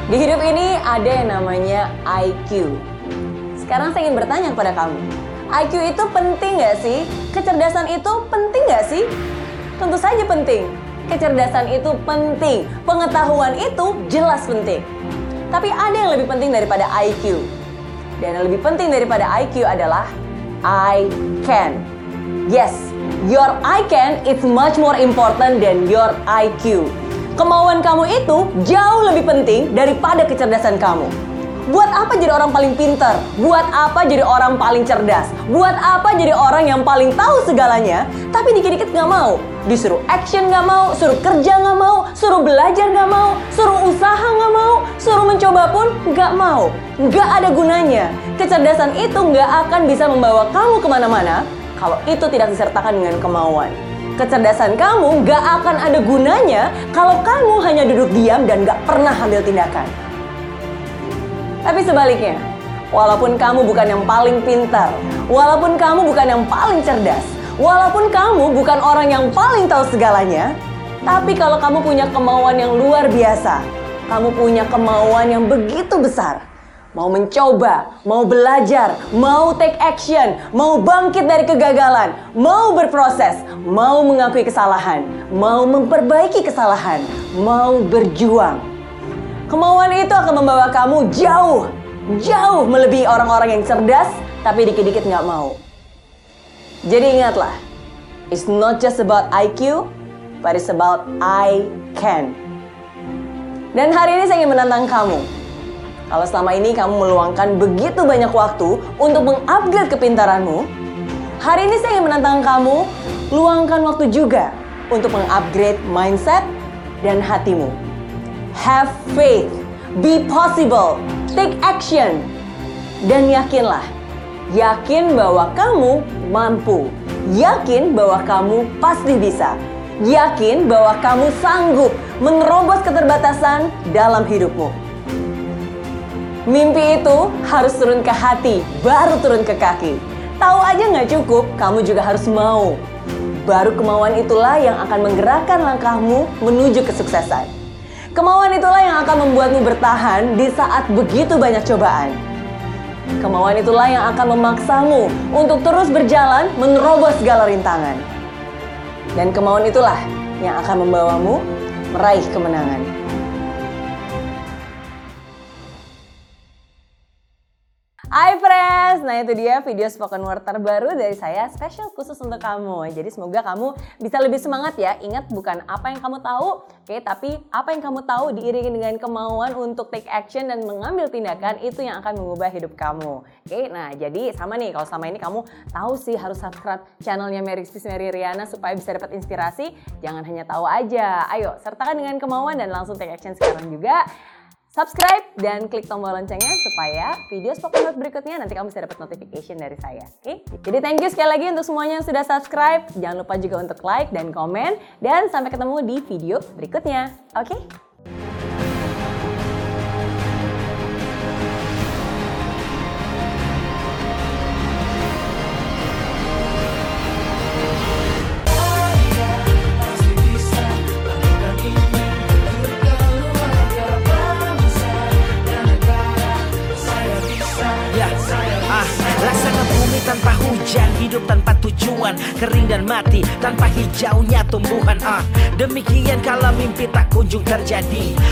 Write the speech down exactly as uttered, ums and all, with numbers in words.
Di hidup ini ada yang namanya I Q. Sekarang saya ingin bertanya kepada kamu, I Q itu penting nggak sih? Kecerdasan itu penting nggak sih? Tentu saja penting. Kecerdasan itu penting. Pengetahuan itu jelas penting. Tapi ada yang lebih penting daripada I Q. Dan yang lebih penting daripada I Q adalah I can. Yes, your I can is much more important than your I Q. Kemauan kamu itu jauh lebih penting daripada kecerdasan kamu. Buat apa jadi orang paling pintar? Buat apa jadi orang paling cerdas? Buat apa jadi orang yang paling tahu segalanya, tapi dikit-dikit nggak mau? Disuruh action nggak mau, suruh kerja nggak mau, suruh belajar nggak mau, suruh usaha nggak mau, suruh mencoba pun nggak mau. Nggak ada gunanya. Kecerdasan itu nggak akan bisa membawa kamu kemana-mana kalau itu tidak disertakan dengan kemauan. Kecerdasan kamu gak akan ada gunanya kalau kamu hanya duduk diam dan gak pernah ambil tindakan. Tapi sebaliknya, walaupun kamu bukan yang paling pintar, walaupun kamu bukan yang paling cerdas, walaupun kamu bukan orang yang paling tahu segalanya, tapi kalau kamu punya kemauan yang luar biasa, kamu punya kemauan yang begitu besar, mau mencoba, mau belajar, mau take action, mau bangkit dari kegagalan, mau berproses, mau mengakui kesalahan, mau memperbaiki kesalahan, mau berjuang. Kemauan itu akan membawa kamu jauh, jauh melebihi orang-orang yang cerdas, tapi dikit-dikit nggak mau. Jadi ingatlah, it's not just about I Q, but it's about I can. Dan hari ini saya ingin menantang kamu. Kalau selama ini kamu meluangkan begitu banyak waktu untuk mengupgrade kepintaranmu, hari ini saya ingin menantang kamu, luangkan waktu juga untuk mengupgrade mindset dan hatimu. Have faith, be possible, take action, dan yakinlah, yakin bahwa kamu mampu, yakin bahwa kamu pasti bisa, yakin bahwa kamu sanggup menerobos keterbatasan dalam hidupmu. Mimpi itu harus turun ke hati, baru turun ke kaki. Tahu aja nggak cukup, kamu juga harus mau. Baru kemauan itulah yang akan menggerakkan langkahmu menuju kesuksesan. Kemauan itulah yang akan membuatmu bertahan di saat begitu banyak cobaan. Kemauan itulah yang akan memaksamu untuk terus berjalan menerobos segala rintangan. Dan kemauan itulah yang akan membawamu meraih kemenangan. Hai friends, nah itu dia video spoken word terbaru dari saya spesial khusus untuk kamu. Jadi semoga kamu bisa lebih semangat ya. Ingat, bukan apa yang kamu tahu, oke, tapi apa yang kamu tahu diiringi dengan kemauan untuk take action dan mengambil tindakan, itu yang akan mengubah hidup kamu. Oke, nah jadi sama nih, kalau selama ini kamu tahu sih harus subscribe channelnya Mary Spis Mary Riana supaya bisa dapat inspirasi, jangan hanya tahu aja. Ayo, sertakan dengan kemauan dan langsung take action sekarang juga. Subscribe dan klik tombol loncengnya supaya video spoken word berikutnya nanti kamu bisa dapat notification dari saya. Oke? Jadi thank you sekali lagi untuk semuanya yang sudah subscribe. Jangan lupa juga untuk like dan komen. Dan sampai ketemu di video berikutnya. Oke? Tanpa hujan, hidup tanpa tujuan, kering dan mati tanpa hijaunya tumbuhan. Ah, demikian kalau mimpi tak kunjung terjadi.